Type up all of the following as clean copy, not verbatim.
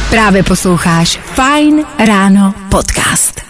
Právě posloucháš Fajn ráno podcast.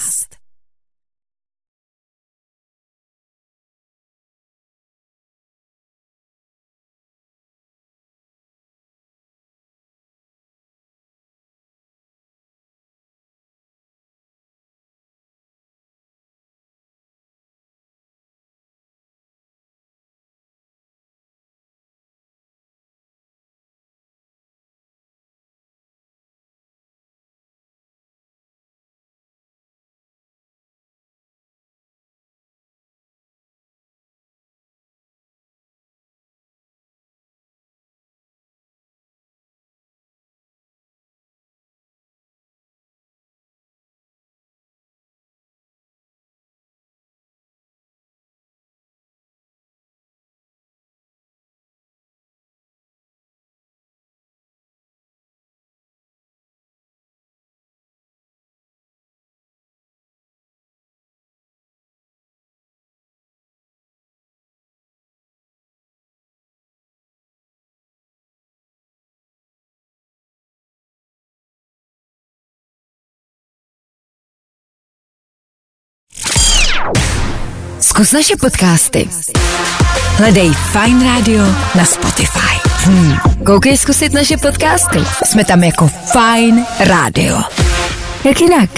Zkus naše podcasty. Hledej Fajn Radio na Spotify. Koukej zkusit naše podcasty. Jsme tam jako Fajn Radio. Jak jinak?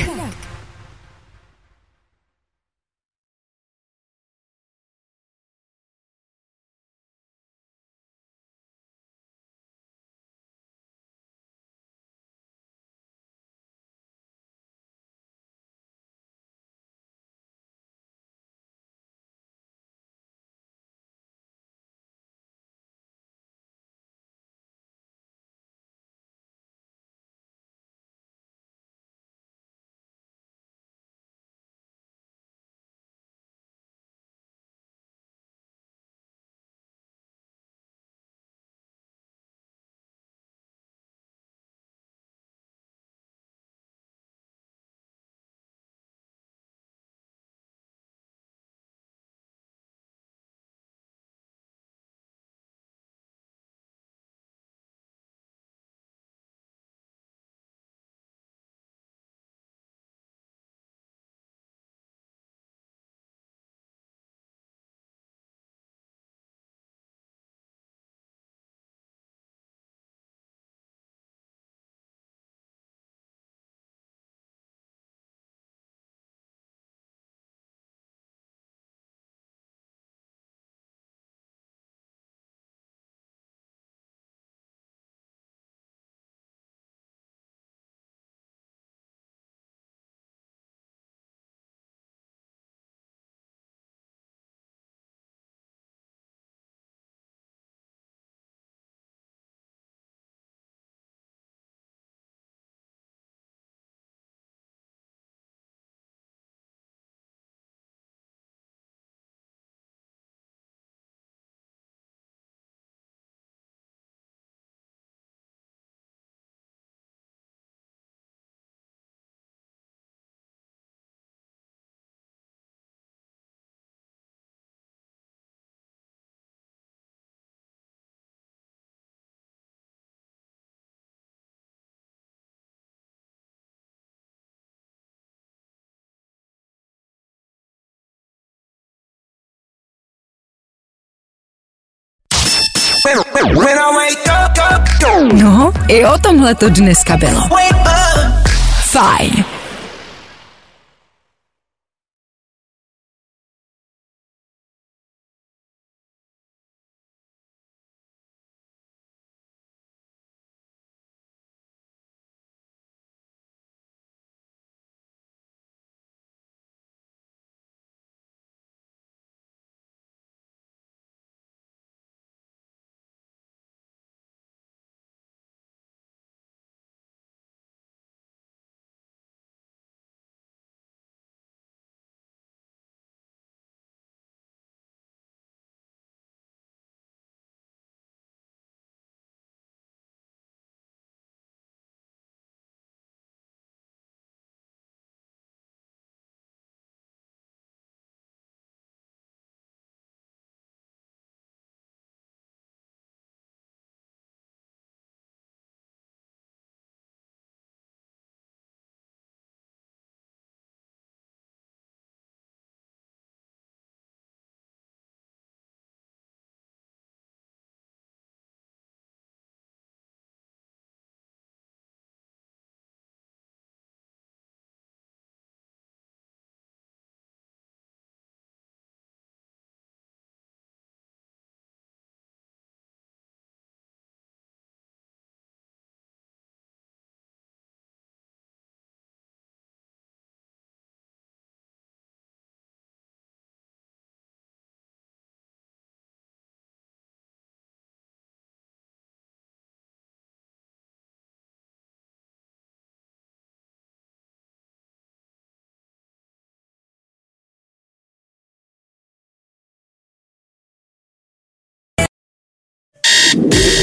No, i o tomhle to dneska bylo. Fajn.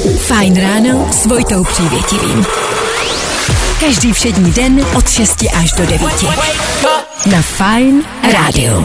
Fajn ráno s Vojtou Přívětivým. Každý všední den od 6 až do 9. Na Fajn rádiu.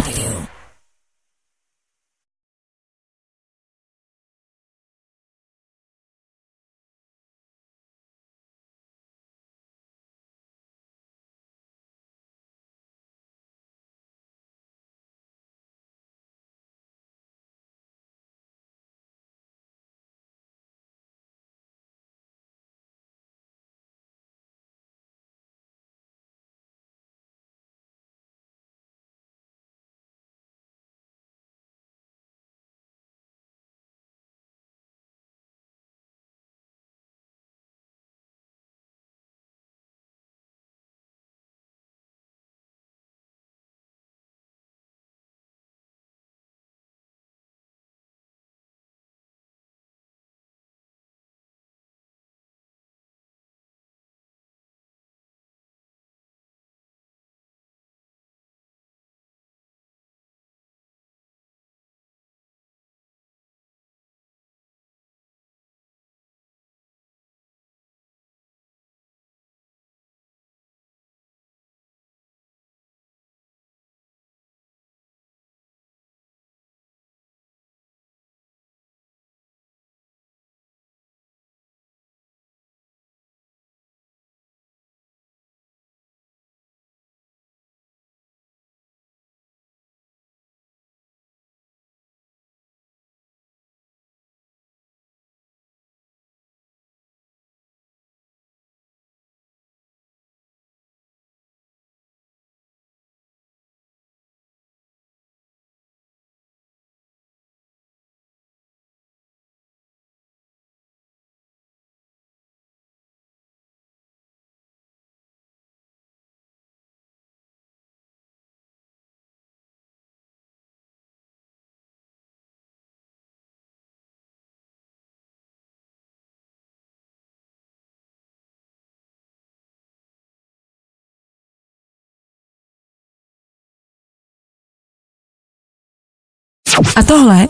A tohle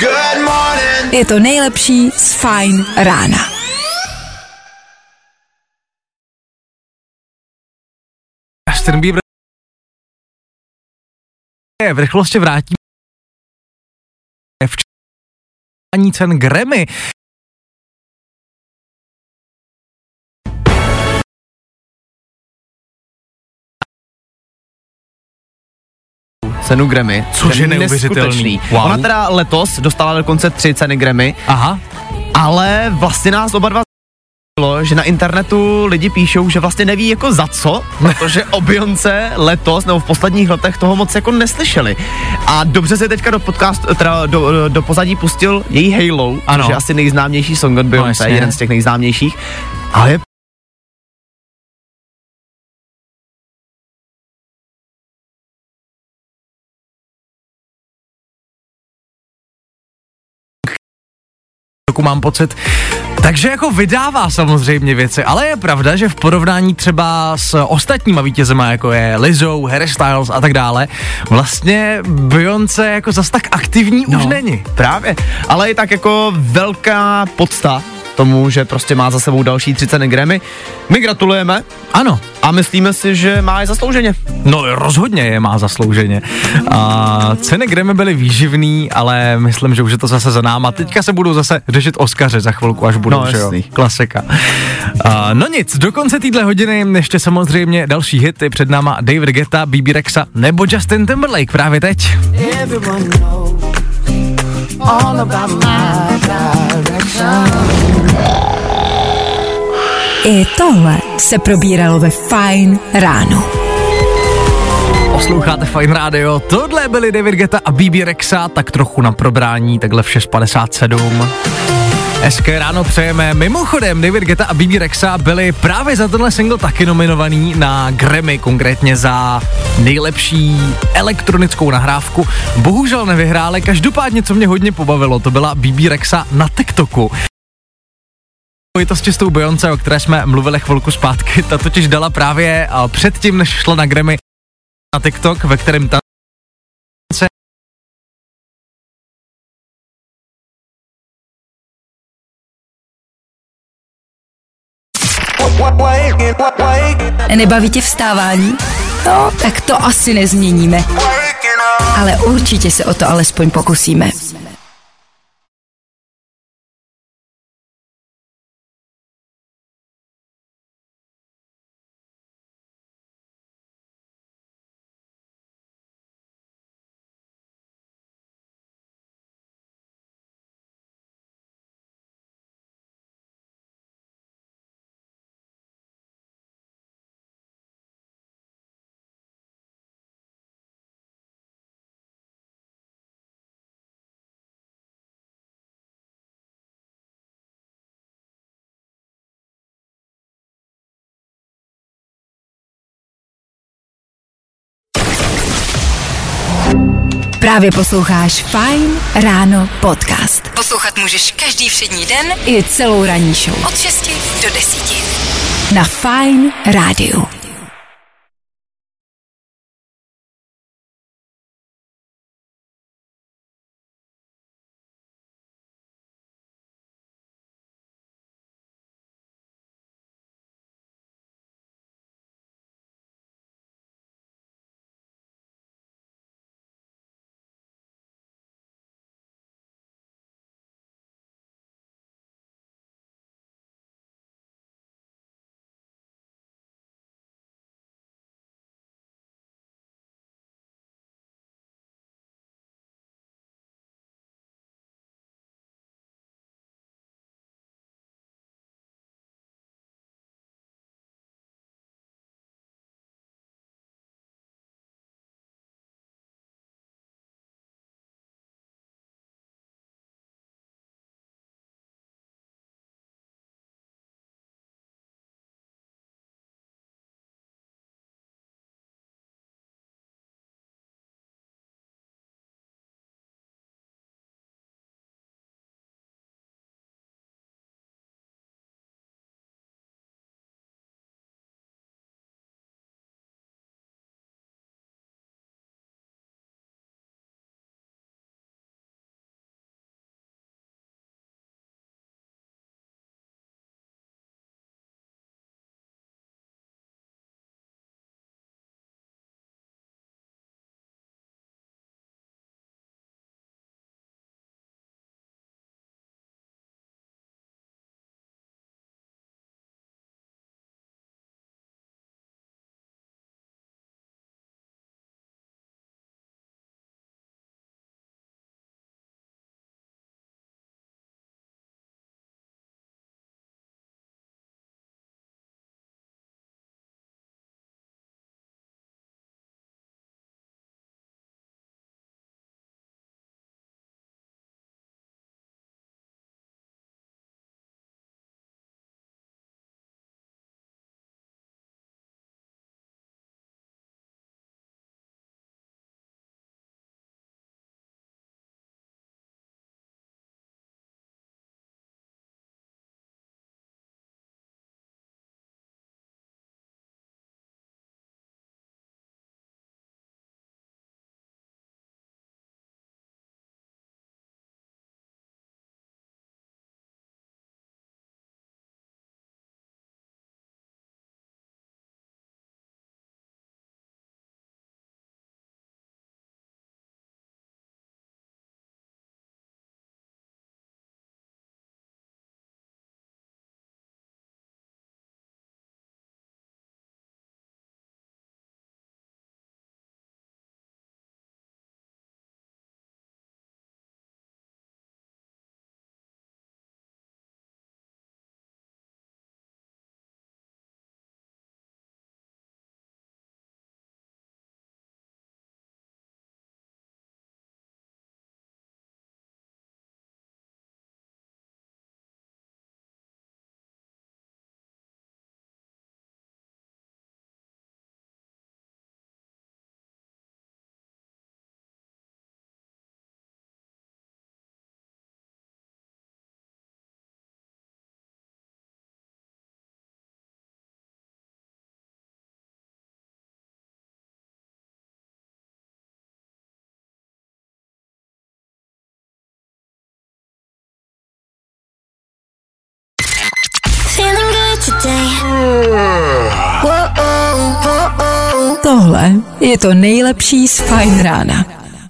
je to nejlepší z Fajn rána. Justin Bieber v rychlosti vrátí v cen Grammy. Cenu Grammy, což je neuvěřitelný. Wow. Ona teda letos dostala dokonce 3 ceny Grammy. Aha. Ale vlastně nás oba dva že na internetu lidi píšou, že vlastně neví jako za co, protože o Beyoncé letos nebo v posledních letech toho moc jako neslyšeli. A dobře se teďka do podcastu, teda do pozadí pustil její Halo, což je asi nejznámější song od Beyoncé, jeden z těch nejznámějších. Ale je mám pocit. Takže jako vydává samozřejmě věci, ale je pravda, že v porovnání třeba s ostatníma vítězema, jako je Lizzo, Harry Styles a tak dále, vlastně Beyoncé jako zas tak aktivní už není. Právě, ale je tak jako velká podsta tomu, že prostě má za sebou další 3 ceny Grammy. My gratulujeme. Ano. A myslíme si, že má je zaslouženě. No rozhodně je má zaslouženě. A ceny Grammy byly výživný, ale myslím, že už je to zase za náma. Teďka se budou zase řešit Oscaři za chvilku, až budou, že jo? Klasika. No nic, do konce téhle hodiny ještě samozřejmě další hity před náma David Guetta, BB Rexa nebo Justin Timberlake právě teď. I tohle se probíralo ve Fajn ráno. Posloucháte Fajn rádio, tohle byli David Guetta a BB Rexa, tak trochu na probrání, takhle v 6:57. Hezké ráno přejeme. Mimochodem, David Guetta a BB Rexa byli právě za tenhle single taky nominovaný na Grammy, konkrétně za nejlepší elektronickou nahrávku. Bohužel nevyhráli, každopádně, co mě hodně pobavilo, to byla BB Rexa na TikToku. Je to s čistou Beyoncé, o které jsme mluvili chvilku zpátky, ta totiž dala právě předtím, než šla na Grammy, na TikTok, ve kterém ta Nebaví tě vstávání? No, tak to asi nezměníme. Ale určitě se o to alespoň pokusíme. Právě posloucháš Fajn ráno podcast. Poslouchat můžeš každý všední den i celou ranní show. Od 6 do 10. Na Fajn rádiu. tohle je to nejlepší z Fajn rána.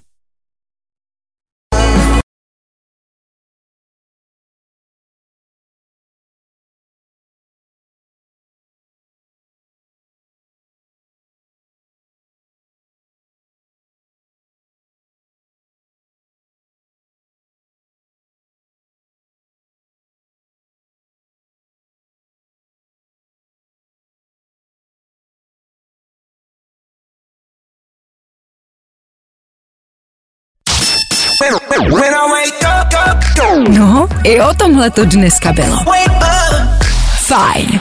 No, i o tomhle to dneska bylo. Fajn.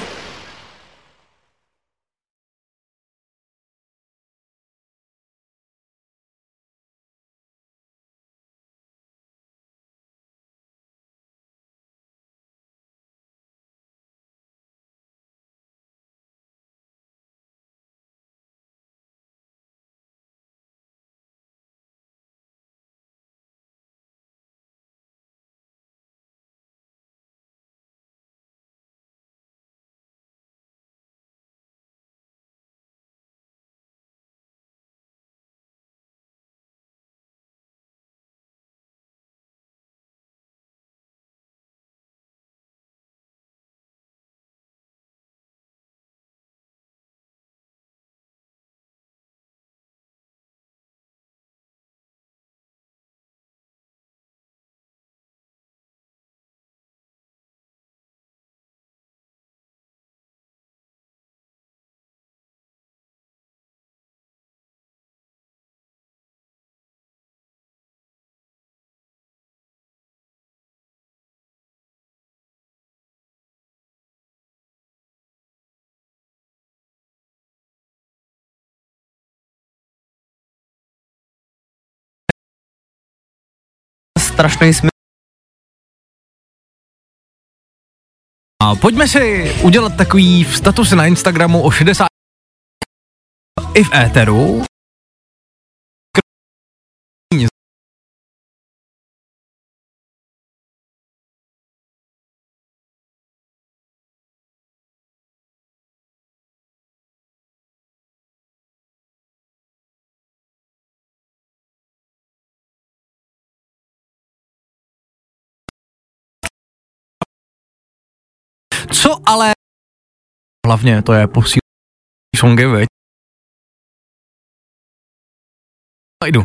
Strašný smysl. A pojďme si udělat takový status na Instagramu o 60 i v éteru. Co ale hlavně to je posílení songy, veď? Jdu.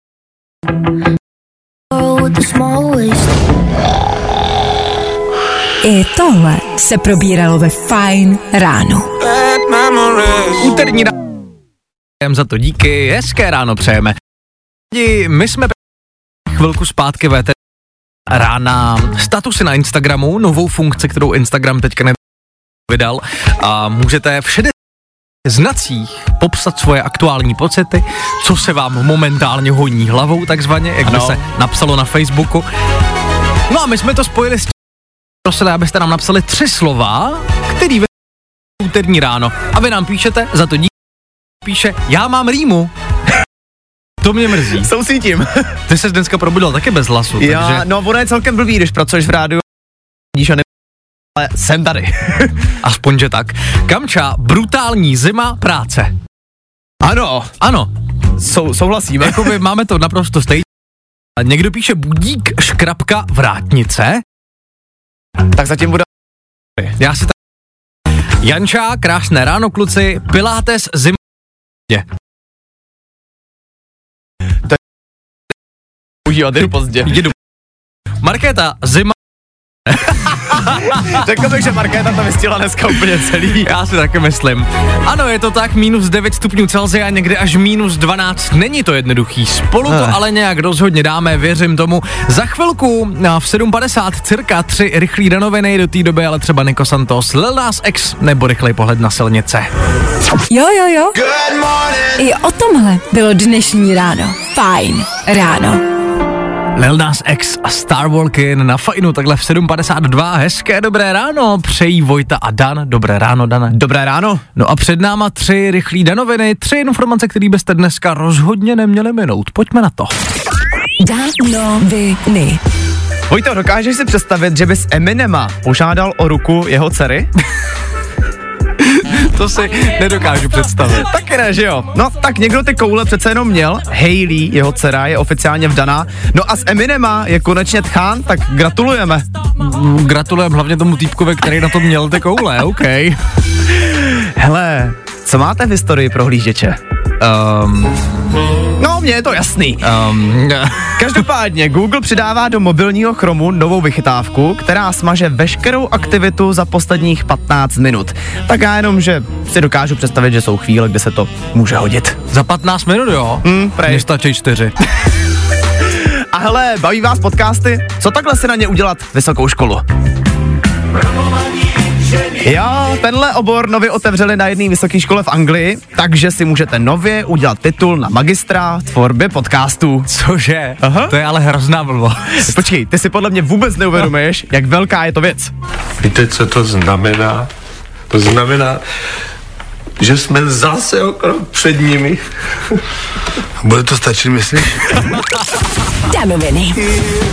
I tohle se probíralo ve Fajn ráno. Úterní ráno. Za to díky, hezké ráno přejeme. My jsme chvilku zpátky ve rána statusy na Instagramu, novou funkci, kterou Instagram teďka vydal, a můžete v 60 znacích popsat svoje aktuální pocity, co se vám momentálně honí hlavou, takzvaně, jak by se napsalo na Facebooku. No a my jsme to spojili s tím, prosili, abyste nám napsali 3 slova, který ve úterní ráno. A vy nám píšete, za to díky, píše, já mám rýmu. To mě mrzí. Soucítím. Ty ses dneska probudil taky bez hlasu, takže... No, ono je celkem blbý, když pracuješ v rádiu, ale jsem tady. Aspoň, že tak. Kamča, brutální zima, práce. Ano. Souhlasíme. Jakoby máme to naprosto stejně. A někdo píše budík, škrapka, vrátnice. Tak zatím bude... Já si tak... Janča, krásné ráno, kluci, pilates, zima... To je... Užívat, jdu pozdě. Jedu. Markéta, zima... Řekl bych, že Markéta to vystihla dneska úplně celý. Já si taky myslím. Ano, je to tak, minus 9 stupňů Celsia, někdy až minus 12. Není to jednoduchý. Spolu to ale nějak rozhodně dáme, věřím tomu. Za chvilku v 7:50 cirka 3 rychlý danoviny, do té doby ale třeba Nico Santos, Lil Nas X nebo rychlej pohled na silnice. Jo. I o tomhle bylo dnešní ráno. Fajn ráno. Lil Nas X a Star Walkin na Fajnu, takhle v 7:52. Hezké dobré ráno, přejí Vojta a Dan. Dobré ráno, Dane. Dobré ráno. No a před náma 3 rychlý danoviny, 3 informace, které byste dneska rozhodně neměli minout. Pojďme na to. Danoviny. Vojto, dokážeš si představit, že bys Eminema požádal o ruku jeho dcery? To si nedokážu představit. Taky ne, že jo? No, tak někdo ty koule přece jenom měl. Hailey, jeho dcera, je oficiálně vdaná. No a s Eminema je konečně tchán, tak gratulujeme. Gratulujeme hlavně tomu týpkovi, který na to měl ty koule, OK. Hele, co máte v historii prohlížeče? No, mně je to jasný. Každopádně Google přidává do mobilního Chromu novou vychytávku, která smaže veškerou aktivitu za posledních 15 minut. Tak já jenom, že si dokážu představit, že jsou chvíle, kde se to může hodit. Za 15 minut, jo? Mně stačí 4. A hele, baví vás podcasty? Co takhle si na ně udělat vysokou školu? Jo, tenhle obor nově otevřeli na jedné vysoké škole v Anglii, takže si můžete nově udělat titul na magistra tvorbě podcastů. Cože? Aha. To je ale hrozná blbost. Počkej, ty si podle mě vůbec neuvědomuješ, jak velká je to věc. Víte, co to znamená? To znamená, že jsme zase o krok před nimi. Bude to stačit, myslíš? Danoviny.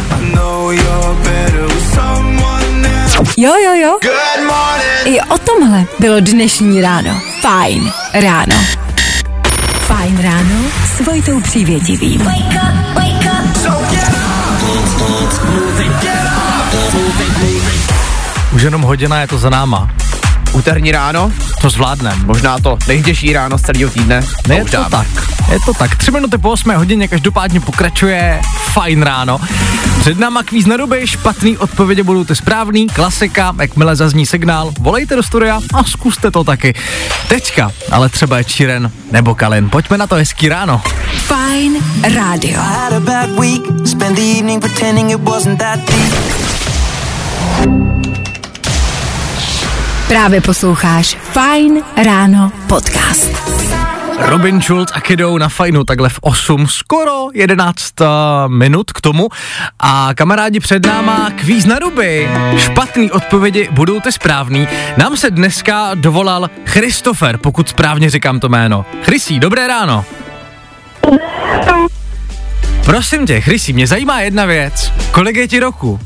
Jo. I o tomhle bylo dnešní ráno. Fajn ráno. Fajn ráno s Vojtou Přívětivým. Už jenom hodina je to za náma. Úterní ráno, To zvládnem. možná to nejtěžší ráno z celého týdne. Ne, je to tak. 3 minuty po 8 hodině každopádně pokračuje Fajn ráno. Před náma kvíz na ruby, špatný odpovědi budou ty správný, klasika, jakmile zazní signál, volejte do studia a zkuste to taky. Teďka, ale třeba je Číren nebo Kalin. Pojďme na to, hezký ráno. Fajn rádio. Právě posloucháš Fajn ráno podcast. Robin Schulz a Kidou na Fajnu takhle v 8, skoro 11 minut k tomu. A kamarádi, před náma kvíz na ruby. Špatný odpovědi budou ty správný. Nám se dneska dovolal Christopher, pokud správně říkám to jméno. Chrissy, dobré ráno. Prosím tě, Chrissy, mě zajímá jedna věc. Kolik je ti roku?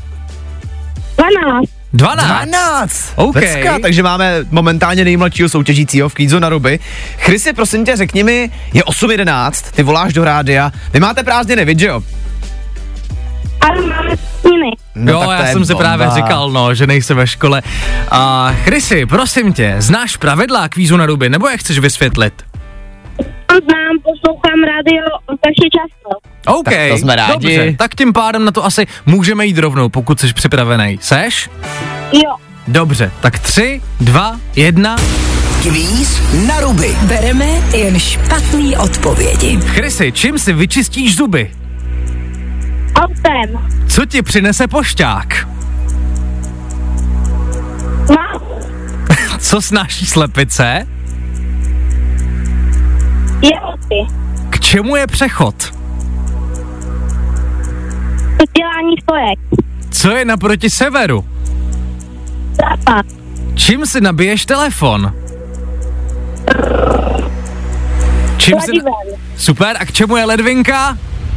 12. OK. Pecka, takže máme momentálně nejmladšího soutěžícího v kvízu na ruby. Chrissy, prosím tě, řekni mi, je 8:11, ty voláš do rádia, vy máte prázdniny, vidíš jo? Ale máme prázdniny. No, jo, já jsem si právě říkal, no, že nejsi ve škole. Chrissy, prosím tě, znáš pravidla kvízu na ruby, nebo jak chceš vysvětlit? Znám, poslouchám rádio taky často. OK, Tak to jsme rádi. Dobře, tak tím pádem na to asi můžeme jít rovnou, pokud jsi připravený. Seš? Jo. Dobře, tak 3, 2, 1. Kvíz na ruby. Bereme jen špatný odpovědi. Chrissy, čím si vyčistíš zuby? Autem. Co ti přinese pošťák? Mám. Co snáší slepice? Jehoty. K čemu je přechod? Dělání spojek. Co je naproti severu? Západ. Čím si nabiješ telefon? Čím si... Kladivem. Super, a k čemu je ledvinka?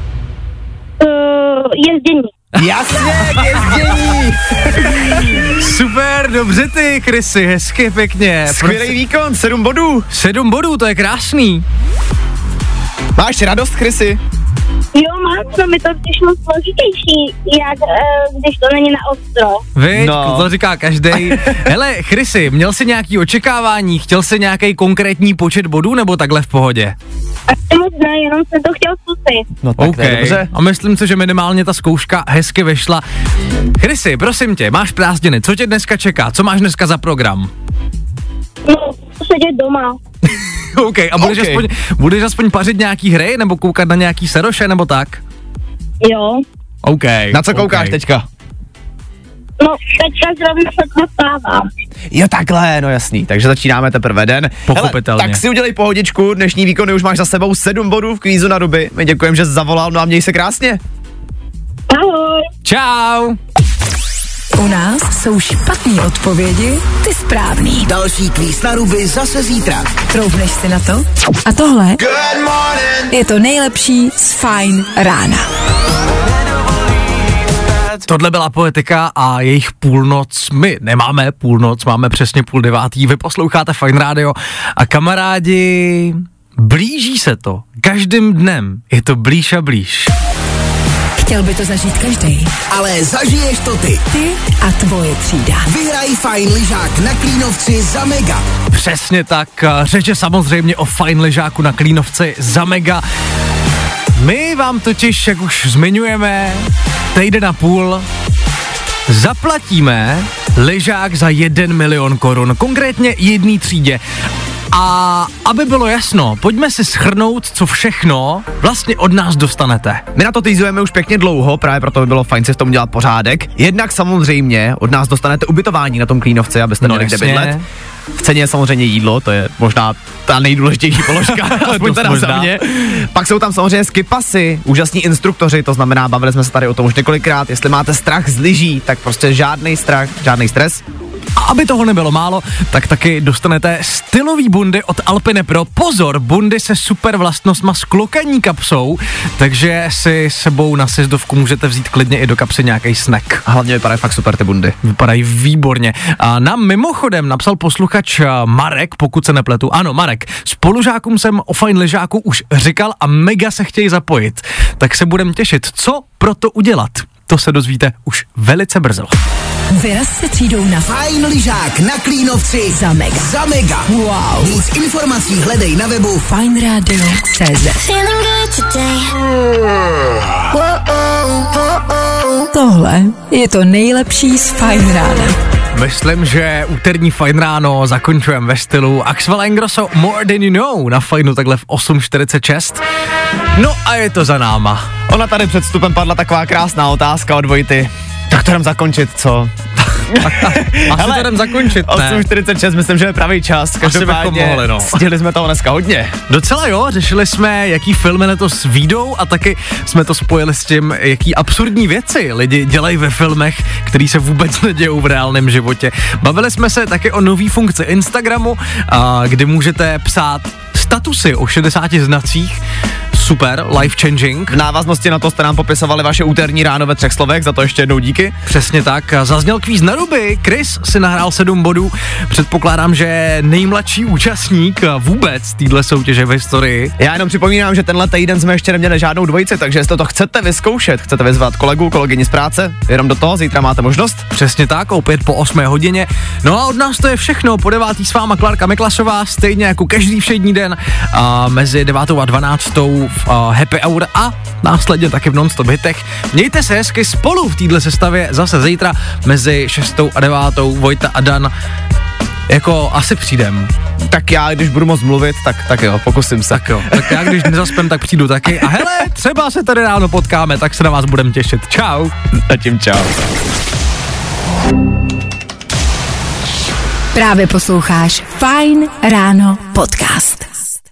Jezdění. Jasně, k jezdění. Super, dobře ty, Chrissy, hezky, pěkně. Skvělý výkon, 7 bodů. 7 bodů, to je krásný. Máš radost, Chrissy? Jo, mám, co mi to přišlo složitější, jak když to není na ostro. Viď, No. to říká každej. Hele, Chrissy, měl jsi nějaký očekávání, chtěl jsi nějaký konkrétní počet bodů, nebo takhle v pohodě? A moc ne, jenom jsem to chtěl zkusit. No tak OK, to je dobře. a myslím si, že minimálně ta zkouška hezky vyšla. Chrissy, prosím tě, máš prázdniny, co tě dneska čeká, co máš dneska za program? No, sedět doma. OK, a budeš aspoň pařit nějaký hry, nebo koukat na nějaký seroše, nebo tak? Jo. OK. Na co koukáš teďka? No, teďka zrovna se dostávám. Jo, takhle, no jasný, takže začínáme teprve den. Pochopitelně. Hele, tak si udělej pohodičku, dnešní výkony už máš za sebou 7 bodů v kvízu na ruby. My děkujeme, že jsi zavolal, no a měj se krásně. Ahoj. Čau. U nás jsou špatný odpovědi, ty správný. Další kvíz na ruby zase zítra. Troufneš si na to? A tohle je to nejlepší z Fajn rána. Tohle byla Poetika a jejich půlnoc. My nemáme půlnoc, máme přesně 8:30. Vy posloucháte Fajn rádio a kamarádi, blíží se to. Každým dnem je to blíž a blíž. Chtěl by to zažít každý. Ale zažiješ to ty. Ty a tvoje třída. Vyhraj fajn lyžák na Klínovci za mega. Přesně tak, řeč je samozřejmě o fajn lyžáku na Klínovci za mega. My vám totiž, jak už zmiňujeme, týden a půl zaplatíme lyžák za 1 milion korun, konkrétně jedné třídě. A aby bylo jasno, pojďme si shrnout, co všechno vlastně od nás dostanete. My na to týzujeme už pěkně dlouho, právě proto by bylo fajn si v tom dělat pořádek. Jednak samozřejmě od nás dostanete ubytování na tom Klínovci, abyste měli kde bydlet. V ceně je samozřejmě jídlo, to je možná ta nejdůležitější položka, aspoň teda za mě. Pak jsou tam samozřejmě skipasy, úžasní instruktoři, to znamená, bavili jsme se tady o tom už několikrát, jestli máte strach z lyží, tak prostě žádný strach, žádný stres. A aby toho nebylo málo, tak taky dostanete stylový bundy od Alpine Pro. Pozor, bundy se super vlastnostma s klokaní kapsou, takže si sebou na sjezdovku můžete vzít klidně i do kapsy nějaký snack. A hlavně vypadají fakt super ty bundy. Vypadají výborně. A nám mimochodem napsal posluchač Marek, pokud se nepletu. Ano, Marek, spolužákům jsem o fajn lyžáku už říkal a mega se chtějí zapojit. Tak se budem těšit, co pro to udělat. To se dozvíte už velice brzo. Vyraz se třídou na Fajn lyžák na Klínovci za mega. Za mega. Wow. Víc informací hledej na webu fajnradio.cz. Tohle je to nejlepší z Fajn rána. Myslím, že úterní Fajn ráno zakončujeme ve stylu Axel Ingrosso More Than You Know na Fajnu takhle v 8:46. No a je to za náma. Ona tady před vstupem padla taková krásná otázka od Vojty. Tak to jdem zakončit, co? Asi to jdem zakončit, ne? 8:46, myslím, že je pravý čas. Každopádně mohli, no. stihli jsme toho dneska hodně. Docela jo, řešili jsme, jaký filmy letos vyjdou a taky jsme to spojili s tím, jaký absurdní věci lidi dělají ve filmech, který se vůbec nedějou v reálném životě. Bavili jsme se taky o nový funkci Instagramu, kdy můžete psát statusy o 60 znacích. Super, life changing. V návaznosti na to jste nám popisovali vaše úterní ráno ve 3 slovech, za to ještě jednou díky. Přesně tak, zazněl kvíz na ruby, Chris si nahrál 7 bodů, předpokládám, že nejmladší účastník vůbec téhle soutěže v historii. Já jenom připomínám, že tenhle týden jsme ještě neměli žádnou dvojici, takže jestli to chcete vyzkoušet, chcete vyzvat kolegyni z práce, jenom do toho, zítra máte možnost. Přesně tak, opět po 8 hodině. No a od nás to je všechno, po 9. s váma Klárka Miklasová, stejně jako každý všední den, mezi 9. a 12. Happy Hour a následně taky v non-stop hitech. Mějte se hezky spolu v téhle sestavě zase zítra mezi 6. a 9. Vojta a Dan. Jako asi přijdem. Tak já, když budu moc mluvit, tak jo, pokusím se. Tak jo, tak já když nezaspím, tak přijdu taky. A hele, třeba se tady ráno potkáme, tak se na vás budeme těšit. Čau. Zatím čau. Právě posloucháš Fajn ráno podcast.